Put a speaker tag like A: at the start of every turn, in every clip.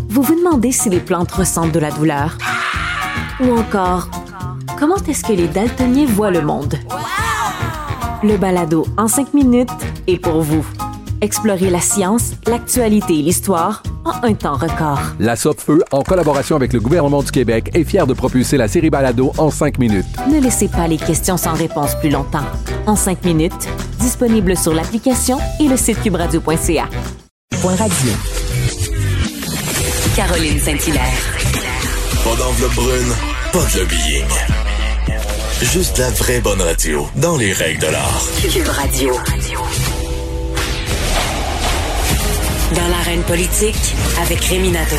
A: Vous vous demandez si les plantes ressentent de la douleur? Ou encore, comment est-ce que les daltoniens voient le monde? Le balado en 5 minutes est pour vous. Explorez la science, l'actualité et l'histoire en un temps record.
B: La Sopfeu, en collaboration avec le gouvernement du Québec, est fière de propulser la série Balado en 5 minutes.
A: Ne laissez pas les questions sans réponse plus longtemps. En 5 minutes, disponible sur l'application et le site cubradio.ca. Point radio. Caroline Saint-Hilaire.
C: Pas d'enveloppe brune, pas de lobbying. Juste la vraie bonne radio, dans les règles de l'art.
A: Cube Radio. Dans l'arène politique, avec Rémi Nadeau.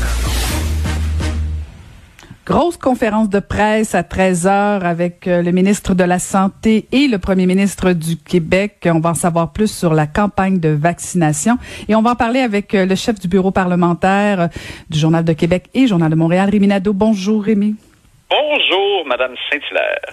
D: Grosse conférence de presse à 13h avec le ministre de la Santé et le premier ministre du Québec. On va en savoir plus sur la campagne de vaccination. Et on va en parler avec le chef du bureau parlementaire du Journal de Québec et Journal de Montréal, Rémi Nadeau. Bonjour, Rémi.
E: Bonjour, Madame Saint-Hilaire.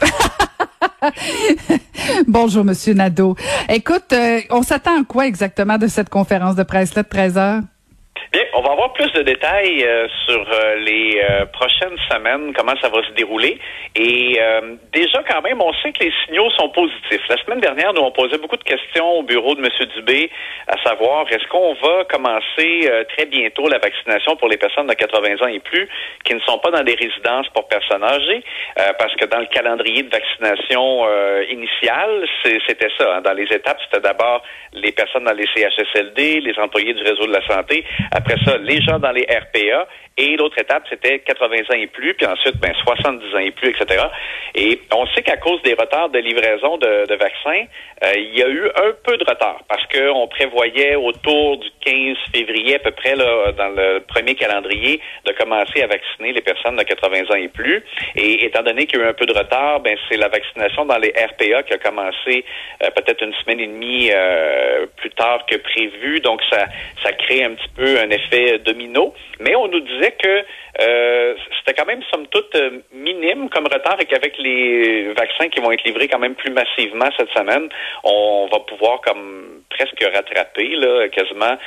D: Bonjour, Monsieur Nadeau. Écoute, on s'attend à quoi exactement de cette conférence de presse-là de 13h?
E: Bien, on va avoir plus de détails sur les prochaines semaines, comment ça va se dérouler. Et déjà, quand même, on sait que les signaux sont positifs. La semaine dernière, nous, on posait beaucoup de questions au bureau de M. Dubé, à savoir, est-ce qu'on va commencer très bientôt la vaccination pour les personnes de 80 ans et plus qui ne sont pas dans des résidences pour personnes âgées? Parce que dans le calendrier de vaccination initial, c'était ça. Hein. Dans les étapes, c'était d'abord les personnes dans les CHSLD, les employés du réseau de la santé. Après ça, les gens dans les RPA. Et l'autre étape, c'était 80 ans et plus, puis ensuite, 70 ans et plus, etc. Et on sait qu'à cause des retards de livraison de vaccins, il y a eu un peu de retard parce qu'on prévoyait autour du 15 février à peu près, là, dans le premier calendrier, de commencer à vacciner les personnes de 80 ans et plus. Et étant donné qu'il y a eu un peu de retard, c'est la vaccination dans les RPA qui a commencé peut-être une semaine et demie plus tard que prévu. Donc, ça crée un petit peu un effet domino. Mais on nous disait que c'était quand même, somme toute, minime comme retard et qu'avec les vaccins qui vont être livrés quand même plus massivement cette semaine, on va pouvoir comme presque rattraper là, quasiment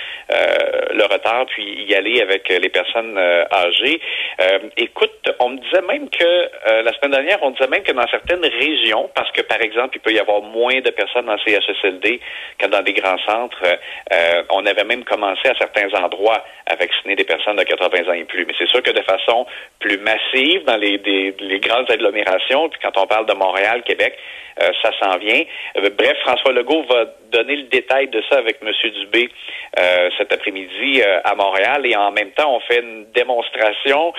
E: le retard puis y aller avec les personnes âgées. Écoute, on me disait même que la semaine dernière, on disait même que dans certaines régions, parce que par exemple, il peut y avoir moins de personnes dans CHSLD que dans des grands centres, on avait même commencé à certains endroits à vacciner des personnes de 80 ans et plus. Mais c'est sûr que de façon plus massive dans les grandes agglomérations, puis quand on parle de Montréal, Québec, ça s'en vient. Bref, François Legault va donner le détail de ça avec M. Dubé cet après-midi à Montréal. Et en même temps, on fait une démonstration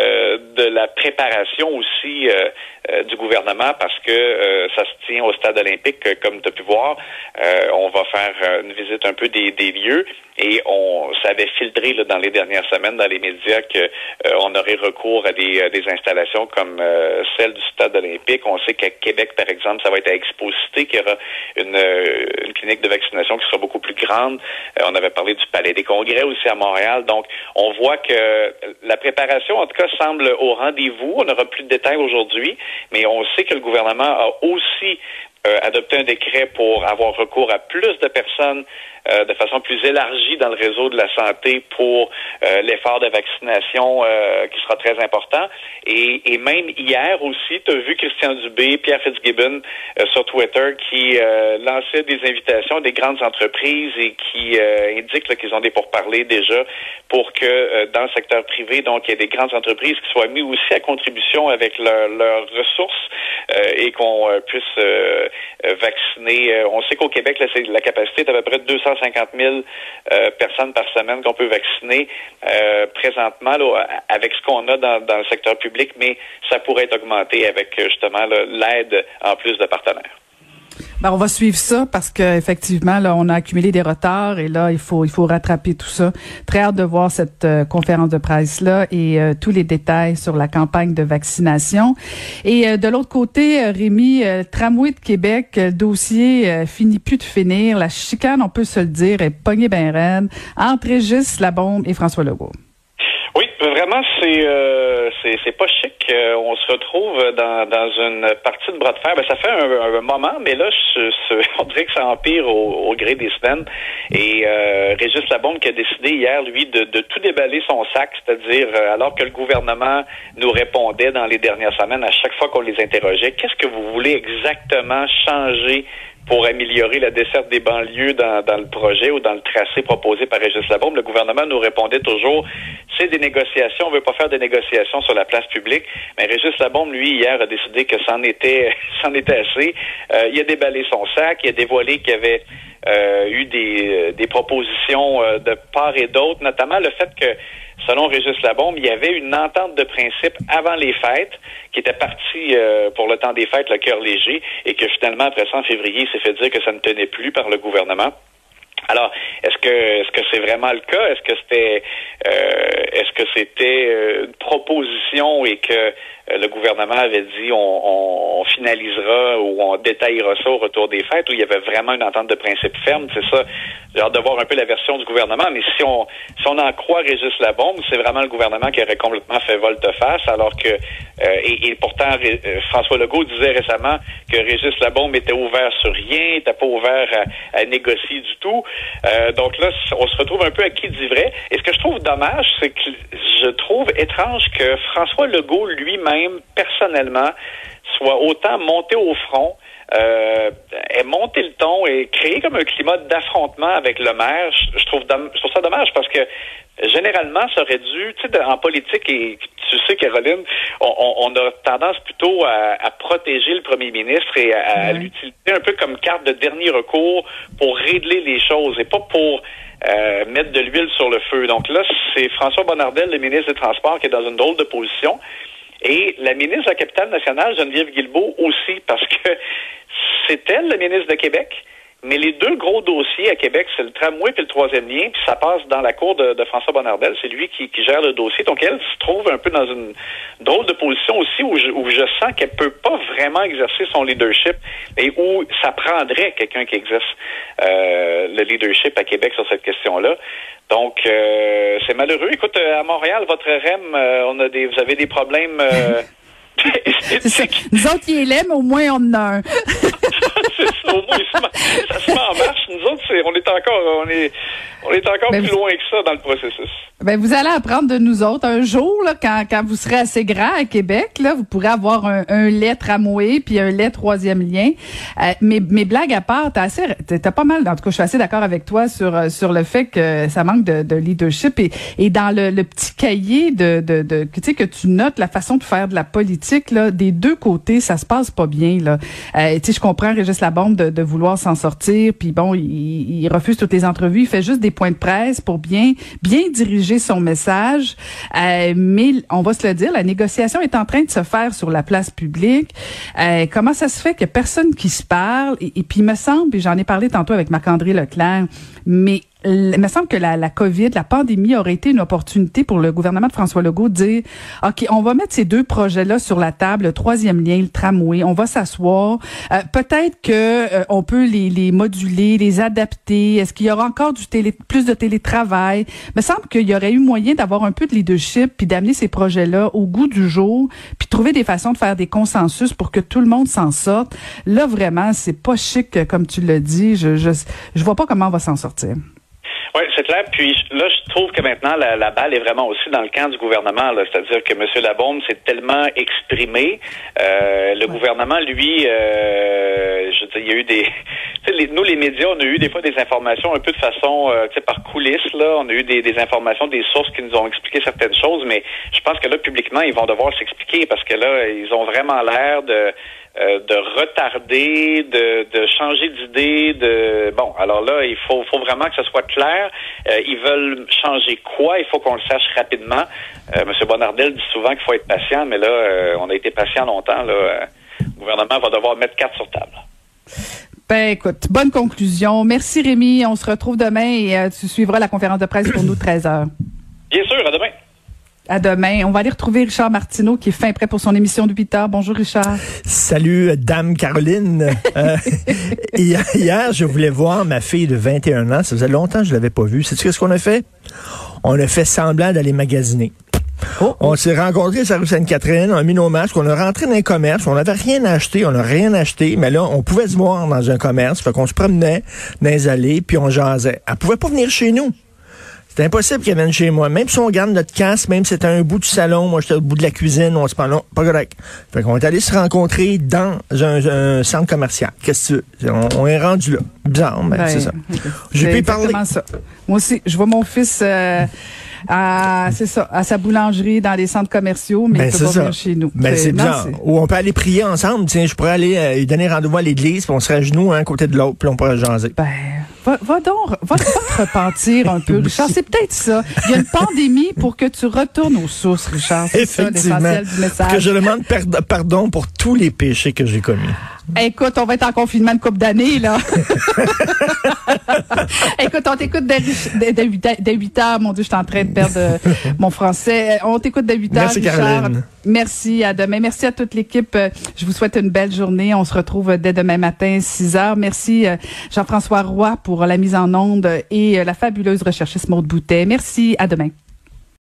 E: de la préparation aussi du gouvernement parce que ça se tient au stade olympique, comme tu as pu voir. On va faire une visite un peu des lieux et ça avait filtré là, dans les dernières semaines dans les médias qu'on aurait recours à des installations comme celle du stade olympique. On sait qu'à Québec, par exemple, ça va être à Expo-Cité qu'il y aura une clinique de vaccination qui sera beaucoup plus grande. On avait parlé du Palais des Congrès aussi à Montréal. Donc, on voit que la préparation, en tout cas, semble au rendez-vous. On n'aura plus de détails aujourd'hui, mais on sait que le gouvernement a aussi adopté un décret pour avoir recours à plus de personnes de façon plus élargie dans le réseau de la santé pour l'effort de vaccination qui sera très important. Et même hier aussi, tu as vu Christian Dubé, Pierre Fitzgibbon sur Twitter qui lançaient des invitations à des grandes entreprises et qui indiquent là, qu'ils ont des pourparlers déjà pour que dans le secteur privé, donc il y ait des grandes entreprises qui soient mises aussi à contribution avec leurs ressources et qu'on puisse vacciner. On sait qu'au Québec, là, la capacité est à peu près de 250 000 personnes par semaine qu'on peut vacciner présentement là, avec ce qu'on a dans le secteur public, mais ça pourrait être augmenté avec justement là, l'aide en plus de partenaires.
D: On va suivre ça parce que effectivement là on a accumulé des retards et là il faut rattraper tout ça. Très hâte de voir cette conférence de presse là et tous les détails sur la campagne de vaccination. Et de l'autre côté, Rémi, Tramway de Québec, le dossier finit plus de finir. La chicane, on peut se le dire, est pognée ben raide entre Régis Labombe et François Legault.
E: Oui, vraiment, c'est pas chic. On se retrouve dans une partie de bras de fer. Ben, ça fait un moment, mais là, on dirait que ça empire au gré des semaines. Et Régis Labombe qui a décidé hier, lui, de tout déballer son sac, c'est-à-dire alors que le gouvernement nous répondait dans les dernières semaines à chaque fois qu'on les interrogeait, qu'est-ce que vous voulez exactement changer pour améliorer la desserte des banlieues dans le projet ou dans le tracé proposé par Régis Labombe? Le gouvernement nous répondait toujours, c'est des négociations, on veut pas faire de négociations sur la place publique. Mais Régis Labombe, lui, hier, a décidé que c'en était assez. Il a déballé son sac, il a dévoilé qu'il y avait eu des propositions de part et d'autre, notamment le fait que, selon Régis Labombe, il y avait une entente de principe avant les fêtes qui était partie pour le temps des fêtes, le cœur léger, et que finalement, après ça, en février, il s'est fait dire que ça ne tenait plus par le gouvernement. Alors, est-ce que c'est vraiment le cas? Est-ce que c'était une proposition et que le gouvernement avait dit on finalisera ou on détaillera ça au retour des fêtes, ou il y avait vraiment une entente de principe ferme? C'est ça. J'ai hâte de voir un peu la version du gouvernement, mais si on en croit Régis Labombe, c'est vraiment le gouvernement qui aurait complètement fait volte-face, alors que et pourtant François Legault disait récemment que Régis Labombe était ouvert sur rien, n'était pas ouvert à négocier du tout. Donc là, on se retrouve un peu à qui dit vrai. Et ce que je trouve dommage, c'est que je trouve étrange que François Legault lui-même, personnellement, soit autant monté au front, ait monté le ton et créé comme un climat d'affrontement avec le maire. Je trouve ça dommage parce que généralement, ça aurait dû, tu sais, en politique, et tu sais, Caroline, on a tendance plutôt à protéger le premier ministre et à l'utiliser un peu comme carte de dernier recours pour régler les choses et pas pour mettre de l'huile sur le feu. Donc là, c'est François Bonnardel, le ministre des Transports, qui est dans une drôle de position. Et la ministre de la Capitale-Nationale, Geneviève Guilbeault, aussi, parce que c'est elle, le ministre de Québec. Mais les deux gros dossiers à Québec, c'est le tramway et le troisième lien, puis ça passe dans la cour de François Bonnardel. C'est lui qui gère le dossier. Donc, elle se trouve un peu dans une drôle de position aussi où je sens qu'elle peut pas vraiment exercer son leadership et où ça prendrait quelqu'un qui exerce le leadership à Québec sur cette question-là. Donc, c'est malheureux. Écoute, à Montréal, votre REM, vous avez des problèmes esthétiques.
D: Nous autres, il est laid, mais au moins, on en a un.
E: C'est ça, au moins, ça se met en marche. Nous autres, on est encore plus loin que ça dans le processus.
D: Ben, vous allez apprendre de nous autres. Un jour, là, quand vous serez assez grand à Québec, là, vous pourrez avoir un lait tramway puis un lait troisième lien. Mais blagues à part, t'as pas mal, en tout cas, je suis assez d'accord avec toi sur le fait que ça manque de leadership et dans le petit cahier tu sais, que tu notes la façon de faire de la politique, là, des deux côtés, ça se passe pas bien, là. Tu sais, je comprends Régis Labombe de vouloir s'en sortir, puis bon, il refuse toutes les entrevues, il fait juste des points de presse pour bien diriger son message, mais on va se le dire, la négociation est en train de se faire sur la place publique. Comment ça se fait qu'il y a personne qui se parle? Et puis il me semble, puis j'en ai parlé tantôt avec Marc-André Leclerc, mais il me semble que la COVID, la pandémie aurait été une opportunité pour le gouvernement de François Legault de dire, OK, on va mettre ces deux projets-là sur la table, le troisième lien, le tramway, on va s'asseoir. Peut-être que on peut les moduler, les adapter. Est-ce qu'il y aura encore plus de télétravail? Il me semble qu'il y aurait eu moyen d'avoir un peu de leadership puis d'amener ces projets-là au goût du jour puis trouver des façons de faire des consensus pour que tout le monde s'en sorte. Là, vraiment, c'est pas chic, comme tu l'as dit. Je vois pas comment on va s'en sortir.
E: Oui, c'est clair. Puis là, je trouve que maintenant, la balle est vraiment aussi dans le camp du gouvernement. Là. C'est-à-dire que M. Labombe s'est tellement exprimé. Le gouvernement, lui, je veux dire, il y a eu des... nous, les médias, on a eu des fois des informations un peu de façon, par coulisses. Là, on a eu des informations, des sources qui nous ont expliqué certaines choses. Mais je pense que là, publiquement, ils vont devoir s'expliquer parce que là, ils ont vraiment l'air de retarder, de changer d'idée, bon, alors là, il faut vraiment que ce soit clair. Ils veulent changer quoi? Il faut qu'on le sache rapidement. M. Bonnardel dit souvent qu'il faut être patient, mais là, on a été patient longtemps, là. Le gouvernement va devoir mettre carte sur table.
D: Ben, écoute, bonne conclusion. Merci, Rémi. On se retrouve demain et tu suivras la conférence de presse pour nous 13h.
E: Bien sûr, à demain.
D: À demain. On va aller retrouver Richard Martineau qui est fin prêt pour son émission de 8h. Bonjour Richard.
F: Salut Dame Caroline. Hier, je voulais voir ma fille de 21 ans. Ça faisait longtemps que je l'avais pas vue. Sais-tu ce qu'on a fait? On a fait semblant d'aller magasiner. On s'est rencontrés sur la rue Sainte-Catherine, on a mis nos masques, on est rentré dans un commerce, on n'avait rien acheté, on n'a rien acheté, mais là, on pouvait se voir dans un commerce, fait qu'on se promenait dans les allées, puis on jasait. Elle pouvait pas venir chez nous. C'était impossible qu'elle vienne chez moi. Même si on garde notre casque, même si c'était un bout du salon, moi j'étais au bout de la cuisine, on se parle, non, pas correct. Fait qu'on est allé se rencontrer dans un centre commercial. Qu'est-ce que tu veux? On est rendu là. Bizarre, mais c'est ça. J'ai pu y parler.
D: Ça. Moi aussi, je vois mon fils à sa boulangerie dans les centres commerciaux, mais il peut pas venir chez nous.
F: Ben, c'est bizarre. Ou on peut aller prier ensemble. Tiens, je pourrais aller lui donner rendez-vous à l'église, puis on serait à genoux un côté de l'autre, puis on pourrait jaser.
D: Ben, va te repentir un peu, Richard. C'est peut-être ça. Il y a une pandémie pour que tu retournes aux sources, Richard. C'est ça l'essentiel du message.
F: Que je demande pardon pour tous les péchés que j'ai commis.
D: Écoute, on va être en confinement une couple d'années, là. Écoute, on t'écoute dès 8 heures. Mon Dieu, je suis en train de perdre mon français. On t'écoute dès 8 heures,
F: Merci,
D: Richard.
F: Caroline.
D: Merci, à demain. Merci à toute l'équipe. Je vous souhaite une belle journée. On se retrouve dès demain matin, 6 heures. Merci, Jean-François Roy, pour la mise en onde et la fabuleuse recherchiste Maude Boutet. Merci, à demain.